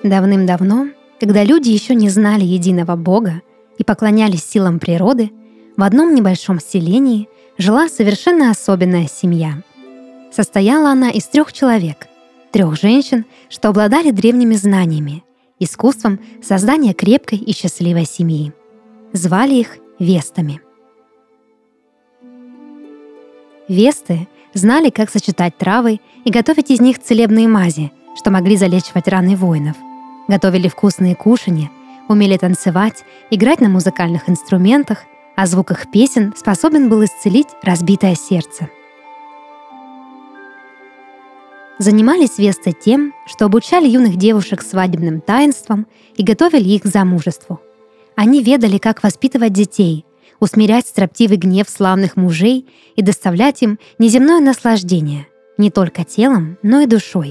Давным-давно, когда люди еще не знали единого Бога и поклонялись силам природы, в одном небольшом селении жила совершенно особенная семья. Состояла она из 3 человек, 3 женщин, что обладали древними знаниями, искусством создания крепкой и счастливой семьи. Звали их Вестами. Весты знали, как сочетать травы и готовить из них целебные мази, что могли залечивать раны воинов. Готовили вкусные кушанья, умели танцевать, играть на музыкальных инструментах, а звук их песен способен был исцелить разбитое сердце. Занимались Весты тем, что обучали юных девушек свадебным таинствам и готовили их к замужеству. Они ведали, как воспитывать детей, усмирять строптивый гнев славных мужей и доставлять им неземное наслаждение, не только телом, но и душой.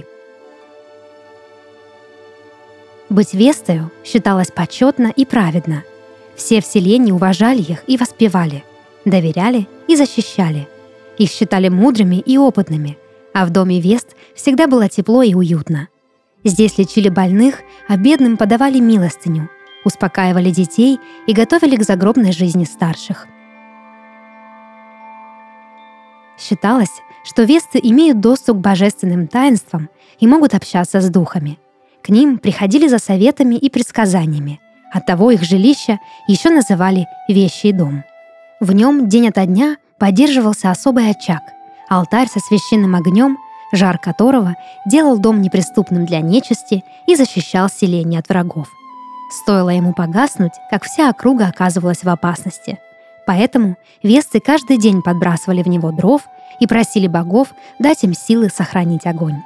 Быть Вестою считалось почетно и праведно. Все в селении уважали их и воспевали, доверяли и защищали. Их считали мудрыми и опытными, а в доме Вест всегда было тепло и уютно. Здесь лечили больных, а бедным подавали милостыню, успокаивали детей и готовили к загробной жизни старших. Считалось, что Весты имеют доступ к божественным таинствам и могут общаться с духами. К ним приходили за советами и предсказаниями. Оттого их жилища еще называли «вещий дом». В нем день ото дня поддерживался особый очаг, алтарь со священным огнем, жар которого делал дом неприступным для нечисти и защищал селение от врагов. Стоило ему погаснуть, как вся округа оказывалась в опасности. Поэтому Весты каждый день подбрасывали в него дров и просили богов дать им силы сохранить огонь.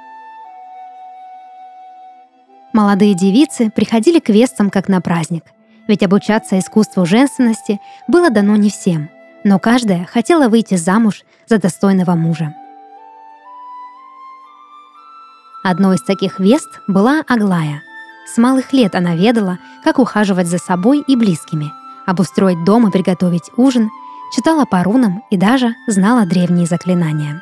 Молодые девицы приходили к Вестам как на праздник, ведь обучаться искусству женственности было дано не всем, но каждая хотела выйти замуж за достойного мужа. Одной из таких Вест была Аглая. С малых лет она ведала, как ухаживать за собой и близкими, обустроить дом и приготовить ужин, читала по рунам и даже знала древние заклинания.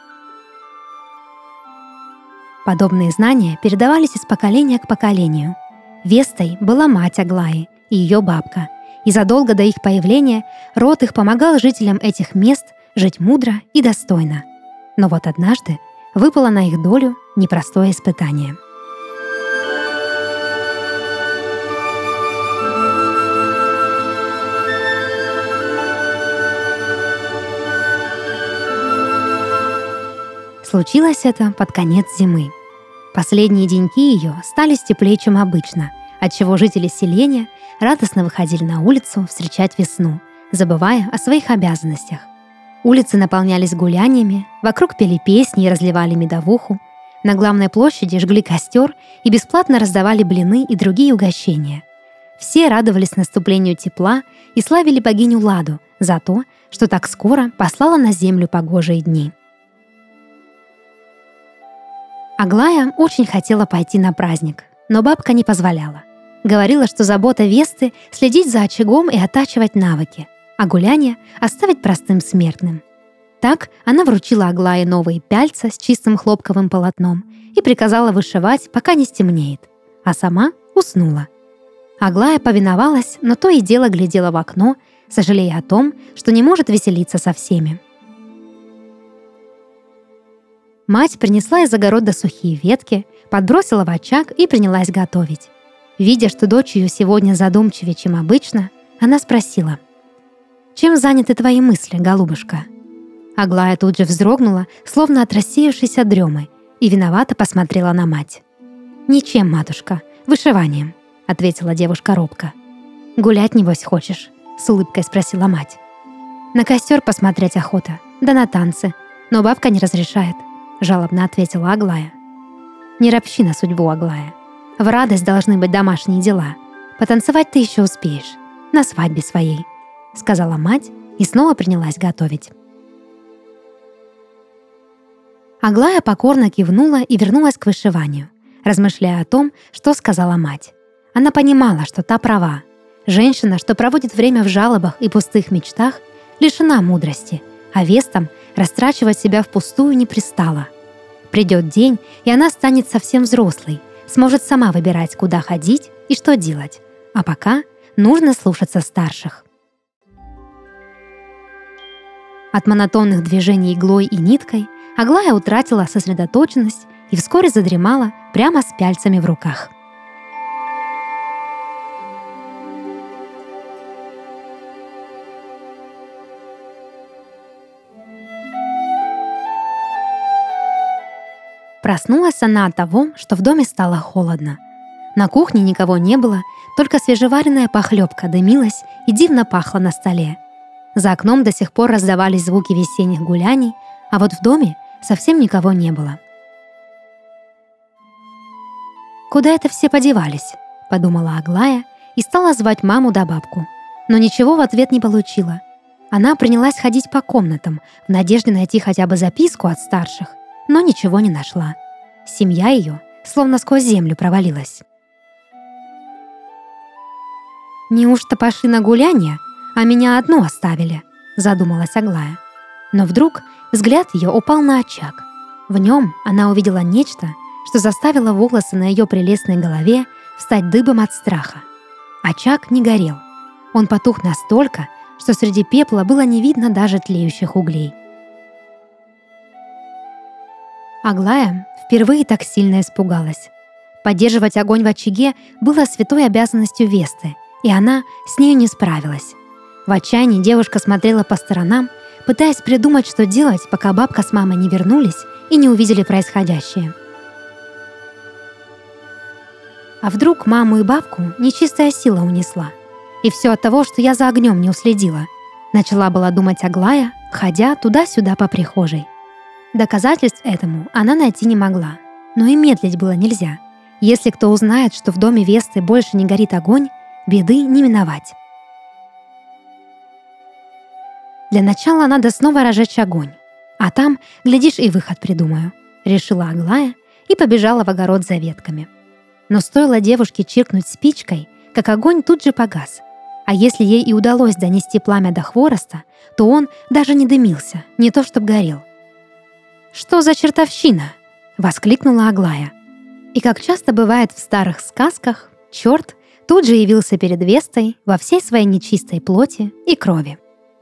Подобные знания передавались из поколения к поколению. Вестой была мать Аглаи и ее бабка, и задолго до их появления род их помогал жителям этих мест жить мудро и достойно. Но вот однажды выпало на их долю непростое испытание. Случилось это под конец зимы. Последние деньки ее стали теплее, чем обычно, отчего жители селения радостно выходили на улицу встречать весну, забывая о своих обязанностях. Улицы наполнялись гуляниями, вокруг пели песни и разливали медовуху, на главной площади жгли костер и бесплатно раздавали блины и другие угощения. Все радовались наступлению тепла и славили богиню Ладу за то, что так скоро послала на землю погожие дни. Аглая очень хотела пойти на праздник, но бабка не позволяла. Говорила, что забота Весты — следить за очагом и оттачивать навыки, а гуляние оставить простым смертным. Так она вручила Аглае новые пяльца с чистым хлопковым полотном и приказала вышивать, пока не стемнеет, а сама уснула. Аглая повиновалась, но то и дело глядела в окно, сожалея о том, что не может веселиться со всеми. Мать принесла из огорода сухие ветки, подбросила в очаг и принялась готовить. Видя, что дочь ее сегодня задумчивее, чем обычно, она спросила: «Чем заняты твои мысли, голубушка?» Аглая тут же вздрогнула, словно от рассеявшейся дремы, и виновато посмотрела на мать. «Ничем, матушка, вышиванием», — ответила девушка робко. «Гулять, небось, хочешь?» — с улыбкой спросила мать. «На костер посмотреть охота, да на танцы, но бабка не разрешает», — жалобно ответила Аглая. «Не ропщи на судьбу, Аглая. В радость должны быть домашние дела. Потанцевать ты еще успеешь. На свадьбе своей», — сказала мать и снова принялась готовить. Аглая покорно кивнула и вернулась к вышиванию, размышляя о том, что сказала мать. Она понимала, что та права. Женщина, что проводит время в жалобах и пустых мечтах, лишена мудрости, а Вестам растрачивать себя впустую не пристало. Придет день, и она станет совсем взрослой, сможет сама выбирать, куда ходить и что делать, а пока нужно слушаться старших. От монотонных движений иглой и ниткой Аглая утратила сосредоточенность и вскоре задремала прямо с пяльцами в руках. Проснулась она от того, что в доме стало холодно. На кухне никого не было, только свежеваренная похлебка дымилась и дивно пахла на столе. За окном до сих пор раздавались звуки весенних гуляний, а вот в доме совсем никого не было. «Куда это все подевались?» — подумала Аглая и стала звать маму да бабку. Но ничего в ответ не получила. Она принялась ходить по комнатам в надежде найти хотя бы записку от старших, но ничего не нашла. Семья ее словно сквозь землю провалилась. «Неужто пошли на гулянье, а меня одну оставили?» — задумалась Аглая. Но вдруг взгляд ее упал на очаг. В нем она увидела нечто, что заставило волосы на ее прелестной голове встать дыбом от страха. Очаг не горел. Он потух настолько, что среди пепла было не видно даже тлеющих углей. Аглая впервые так сильно испугалась. Поддерживать огонь в очаге было святой обязанностью Весты, и она с нею не справилась. В отчаянии девушка смотрела по сторонам, пытаясь придумать, что делать, пока бабка с мамой не вернулись и не увидели происходящее. А вдруг маму и бабку нечистая сила унесла? И все от того, что я за огнем не уследила. Начала была думать Аглая, ходя туда-сюда по прихожей. Доказательств этому она найти не могла, но и медлить было нельзя. Если кто узнает, что в доме Весты больше не горит огонь, беды не миновать. Для начала надо снова разжечь огонь, а там, глядишь, и выход придумаю, решила Аглая и побежала в огород за ветками. Но стоило девушке чиркнуть спичкой, как огонь тут же погас. А если ей и удалось донести пламя до хвороста, то он даже не дымился, не то чтоб горел. «Что за чертовщина?» — воскликнула Аглая. И как часто бывает в старых сказках, черт тут же явился перед Вестой во всей своей нечистой плоти и крови.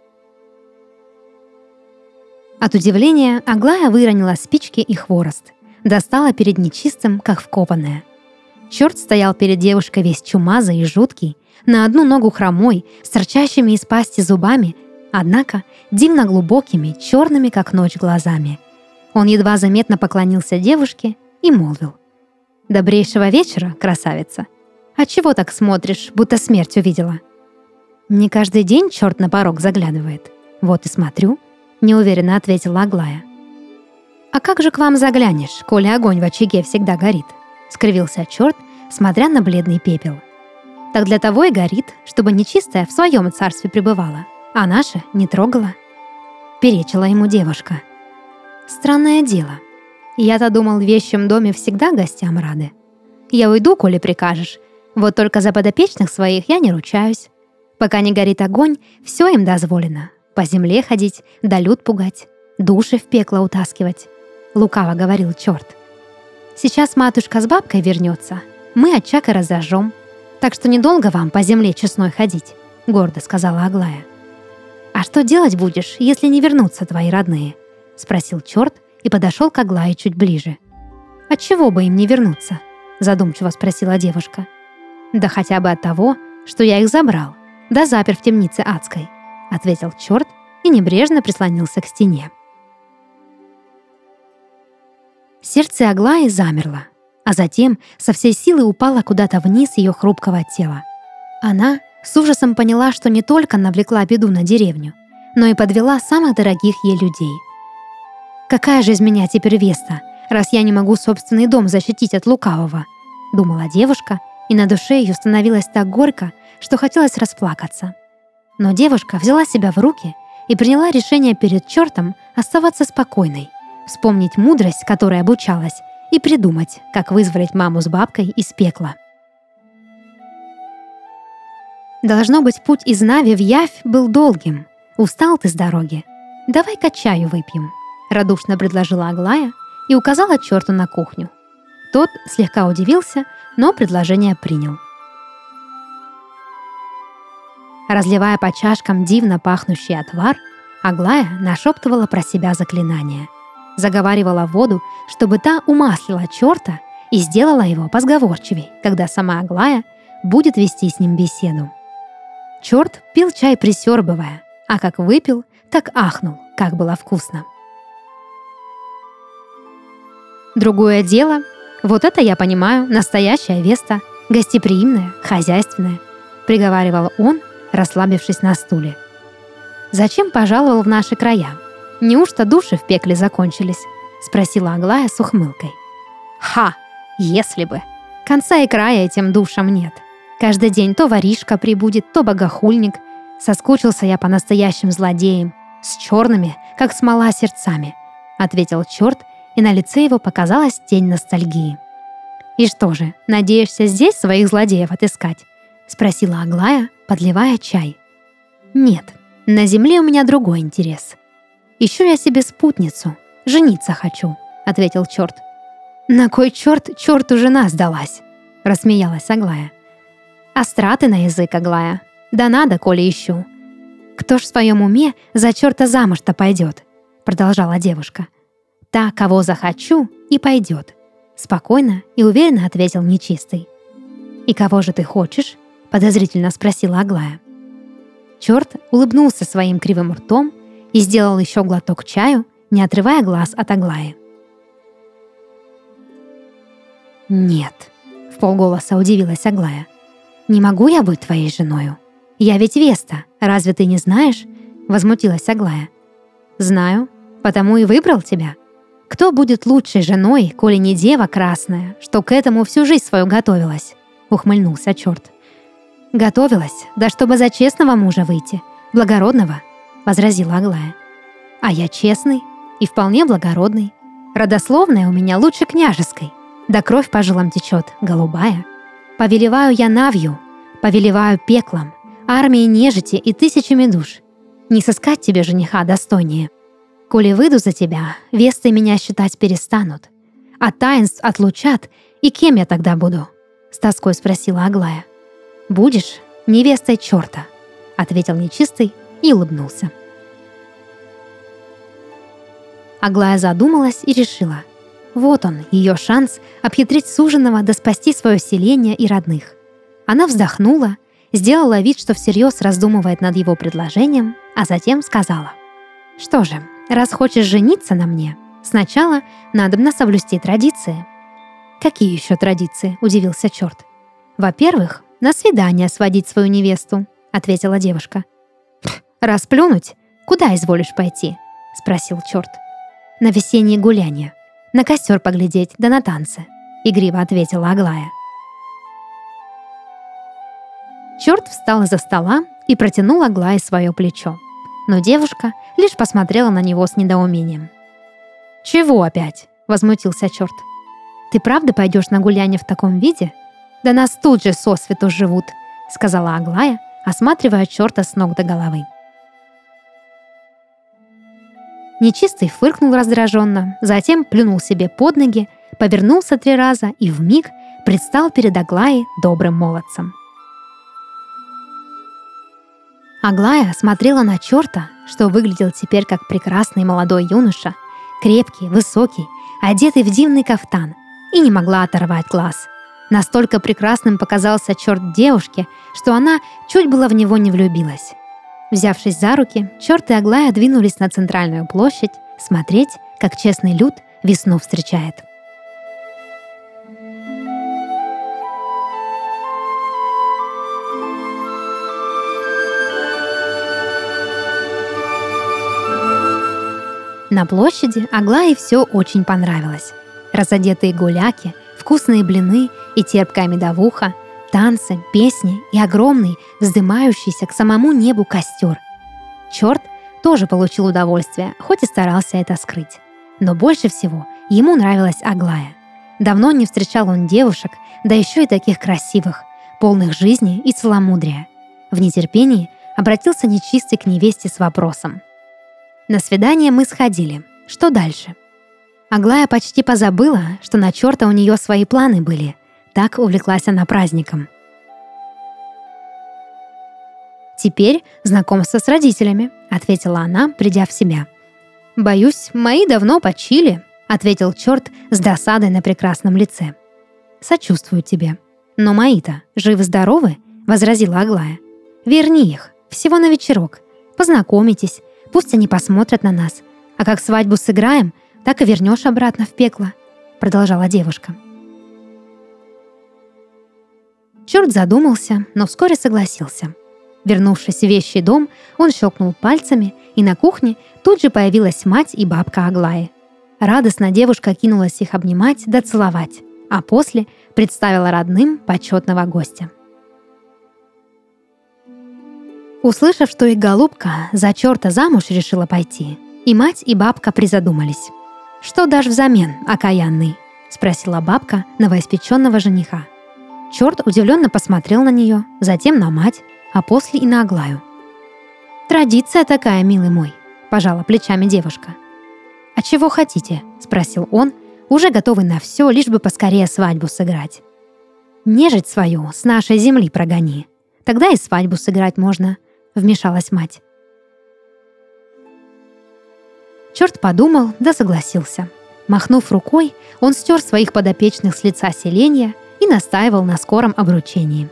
От удивления Аглая выронила спички и хворост, достала перед нечистым, как вкопанная. Черт стоял перед девушкой весь чумазый и жуткий, на одну ногу хромой, с торчащими из пасти зубами, однако дивно глубокими, черными, как ночь, глазами. Он едва заметно поклонился девушке и молвил: «Добрейшего вечера, красавица! А чего так смотришь, будто смерть увидела?» «Не каждый день черт на порог заглядывает. Вот и смотрю», — неуверенно ответила Аглая. «А как же к вам заглянешь, коли огонь в очаге всегда горит?» — скривился черт, смотря на бледный пепел. «Так для того и горит, чтобы нечистая в своем царстве пребывала, а наша не трогала», — перечила ему девушка. «Странное дело. Я-то думал, в вещем доме всегда гостям рады. Я уйду, коли прикажешь, вот только за подопечных своих я не ручаюсь. Пока не горит огонь, все им дозволено. По земле ходить, да люд пугать, души в пекло утаскивать», — лукаво говорил черт. «Сейчас матушка с бабкой вернется, мы очаг и разожжем, так что недолго вам по земле честной ходить», — гордо сказала Аглая. «А что делать будешь, если не вернутся твои родные?» — спросил черт и подошел к Аглае чуть ближе. «Отчего бы им не вернуться?» — задумчиво спросила девушка. «Да хотя бы от того, что я их забрал, да запер в темнице адской», — ответил черт и небрежно прислонился к стене. Сердце Аглаи замерло, а затем со всей силы упало куда-то вниз ее хрупкого тела. Она с ужасом поняла, что не только навлекла беду на деревню, но и подвела самых дорогих ей людей. «Какая же из меня теперь Веста, раз я не могу собственный дом защитить от лукавого?» — думала девушка, и на душе ее становилось так горько, что хотелось расплакаться. Но девушка взяла себя в руки и приняла решение перед чертом оставаться спокойной, вспомнить мудрость, которой обучалась, и придумать, как вызволить маму с бабкой из пекла. Должно быть, путь из Нави в Явь был долгим. Устал ты с дороги. Давай-ка чаю выпьем, радушно предложила Аглая и указала черту на кухню. Тот слегка удивился, но предложение принял. Разливая по чашкам дивно пахнущий отвар, Аглая нашептывала про себя заклинание. Заговаривала воду, чтобы та умаслила черта и сделала его позговорчивей, когда сама Аглая будет вести с ним беседу. Черт пил чай присербывая, а как выпил, так ахнул, как было вкусно. Другое дело, вот это я понимаю, настоящая Веста, гостеприимная, хозяйственная, приговаривал он, расслабившись на стуле. «Зачем пожаловал в наши края? Неужто души в пекле закончились?» — спросила Аглая с ухмылкой. «Ха! Если бы! Конца и края этим душам нет. Каждый день то воришка прибудет, то богохульник. Соскучился я по настоящим злодеям, с черными, как смола, сердцами», — ответил черт, и на лице его показалась тень ностальгии. «И что же, надеешься здесь своих злодеев отыскать?» — спросила Аглая, подливая чай. «Нет, на земле у меня другой интерес. Ищу я себе спутницу, жениться хочу», — ответил черт. «На кой черт черту жена сдалась?» — рассмеялась Аглая. «Остра ты на язык, Аглая. Да надо, коли ищу. Кто ж в своем уме за черта замуж-то пойдет?» — продолжала девушка. «Та, кого захочу, и пойдет», — спокойно и уверенно ответил нечистый. «И кого же ты хочешь?» — подозрительно спросила Аглая. Черт улыбнулся своим кривым ртом и сделал еще глоток чаю, не отрывая глаз от Аглаи. «Нет», — вполголоса удивилась Аглая. «Не могу я быть твоей женою. Я ведь Веста, разве ты не знаешь?» — возмутилась Аглая. «Знаю, потому и выбрал тебя. Кто будет лучшей женой, коли не дева красная, что к этому всю жизнь свою готовилась?» — ухмыльнулся черт. «Готовилась, да чтобы за честного мужа выйти, благородного», — возразила Аглая. «А я честный и вполне благородный. Родословная у меня лучше княжеской, да кровь по жилам течет, голубая. Повелеваю я Навью, повелеваю пеклом, армией нежити и тысячами душ. Не сыскать тебе жениха достойнее. Коли выйду за тебя, Весты меня считать перестанут. От таинств отлучат, и кем я тогда буду?» — с тоской спросила Аглая. «Будешь невестой черта», — ответил нечистый и улыбнулся. Аглая задумалась и решила. Вот он, ее шанс обхитрить суженого да спасти свое селение и родных. Она вздохнула, сделала вид, что всерьез раздумывает над его предложением, а затем сказала: «Что же, раз хочешь жениться на мне, сначала надобно соблюсти традиции». «Какие еще традиции?» — удивился черт. «Во-первых, на свидание сводить свою невесту», — ответила девушка. «Расплюнуть? Куда изволишь пойти?» — спросил черт. «На весеннее гуляние, на костер поглядеть, да на танцы», — игриво ответила Аглая. Черт встал из-за стола и протянул Аглае свое плечо, но девушка лишь посмотрела на него с недоумением. «Чего опять?» — возмутился черт. «Ты правда пойдешь на гуляние в таком виде? Да нас тут же сосвету живут», — сказала Аглая, осматривая черта с ног до головы. Нечистый фыркнул раздраженно, затем плюнул себе под ноги, повернулся 3 раза и вмиг предстал перед Аглаей добрым молодцем. Аглая смотрела на черта, что выглядел теперь как прекрасный молодой юноша, крепкий, высокий, одетый в дивный кафтан, и не могла оторвать глаз. Настолько прекрасным показался черт девушке, что она чуть было в него не влюбилась. Взявшись за руки, черт и Аглая двинулись на центральную площадь смотреть, как честный люд весну встречает. На площади Аглае все очень понравилось. Разодетые гуляки, вкусные блины и терпкая медовуха, танцы, песни и огромный, вздымающийся к самому небу костер. Черт тоже получил удовольствие, хоть и старался это скрыть. Но больше всего ему нравилась Аглая. Давно не встречал он девушек, да еще и таких красивых, полных жизни и целомудрия. В нетерпении обратился нечистый к невесте с вопросом: «На свидание мы сходили. Что дальше?» Аглая почти позабыла, что на черта у нее свои планы были. Так увлеклась она праздником. «Теперь знакомство с родителями», — ответила она, придя в себя. «Боюсь, мои давно почили», — ответил черт с досадой на прекрасном лице. «Сочувствую тебе. Но мои-то живы-здоровы», — возразила Аглая. «Верни их, всего на вечерок. Познакомитесь, пусть они посмотрят на нас. А как свадьбу сыграем, так и вернешь обратно в пекло», — продолжала девушка. Черт задумался, но вскоре согласился. Вернувшись в вещий дом, он щелкнул пальцами, и на кухне тут же появилась мать и бабка Аглаи. Радостно девушка кинулась их обнимать да целовать, а после представила родным почетного гостя. Услышав, что их голубка за черта замуж решила пойти, и мать, и бабка призадумались. «Что дашь взамен, окаянный?» — спросила бабка новоиспеченного жениха. Черт удивленно посмотрел на нее, затем на мать, а после и на Аглаю. «Традиция такая, милый мой», — пожала плечами девушка. «А чего хотите?» — спросил он, уже готовый на все, лишь бы поскорее свадьбу сыграть. «Нежить свою с нашей земли прогони. Тогда и свадьбу сыграть можно», — вмешалась мать. Черт подумал, да согласился. Махнув рукой, он стер своих подопечных с лица селения и настаивал на скором обручении.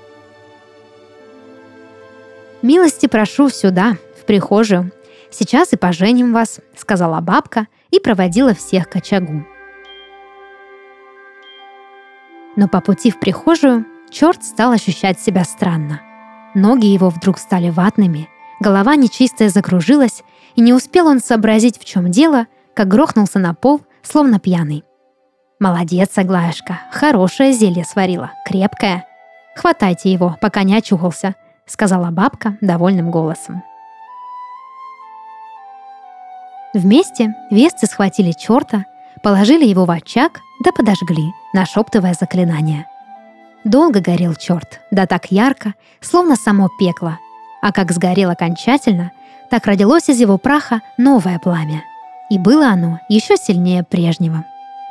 «Милости прошу сюда, в прихожую. Сейчас и поженим вас», — сказала бабка и проводила всех к очагу. Но по пути в прихожую черт стал ощущать себя странно. Ноги его вдруг стали ватными, голова нечистая закружилась, и не успел он сообразить, в чем дело, как грохнулся на пол, словно пьяный. «Молодец, Аглаюшка, хорошее зелье сварила, крепкое. Хватайте его, пока не очухался», — сказала бабка довольным голосом. Вместе весцы схватили черта, положили его в очаг да подожгли, нашептывая заклинания. Долго горел черт, да так ярко, словно само пекло, а как сгорел окончательно, так родилось из его праха новое пламя. И было оно еще сильнее прежнего.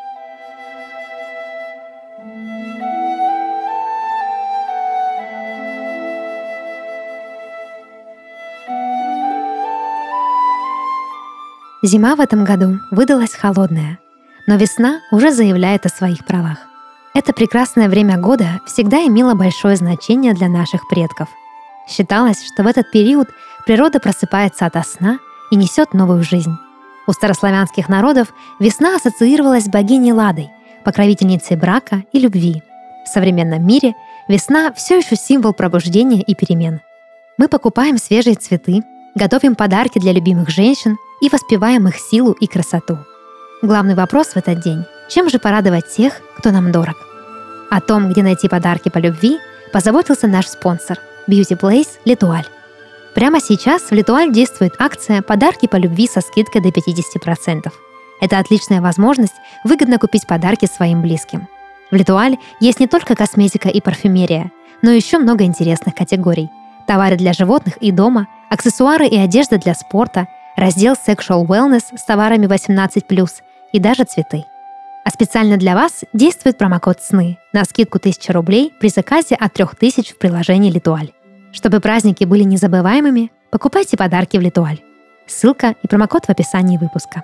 Зима в этом году выдалась холодная, но весна уже заявляет о своих правах. Это прекрасное время года всегда имело большое значение для наших предков. Считалось, что в этот период природа просыпается ото сна и несет новую жизнь. У старославянских народов весна ассоциировалась с богиней Ладой, покровительницей брака и любви. В современном мире весна все еще символ пробуждения и перемен. Мы покупаем свежие цветы, готовим подарки для любимых женщин и воспеваем их силу и красоту. Главный вопрос в этот день – чем же порадовать тех, кто нам дорог? О том, где найти подарки по любви, позаботился наш спонсор – Beauty Place L'Etoile. Прямо сейчас в L'Etoile действует акция «Подарки по любви» со скидкой до 50%. Это отличная возможность выгодно купить подарки своим близким. В L'Etoile есть не только косметика и парфюмерия, но еще много интересных категорий. Товары для животных и дома, аксессуары и одежда для спорта, раздел Sexual Wellness с товарами 18+, и даже цветы. А специально для вас действует промокод СНЫ на скидку 1000 рублей при заказе от 3000 в приложении L'Etoile. Чтобы праздники были незабываемыми, покупайте подарки в L'Etoile. Ссылка и промокод в описании выпуска.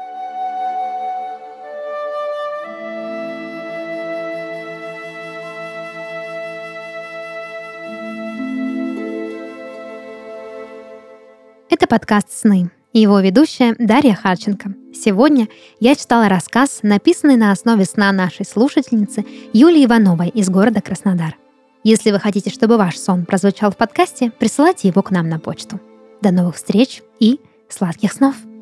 Это подкаст «Сны» и его ведущая Дарья Харченко. Сегодня я читала рассказ, написанный на основе сна нашей слушательницы Юлии Ивановой из города Краснодар. Если вы хотите, чтобы ваш сон прозвучал в подкасте, присылайте его к нам на почту. До новых встреч и сладких снов!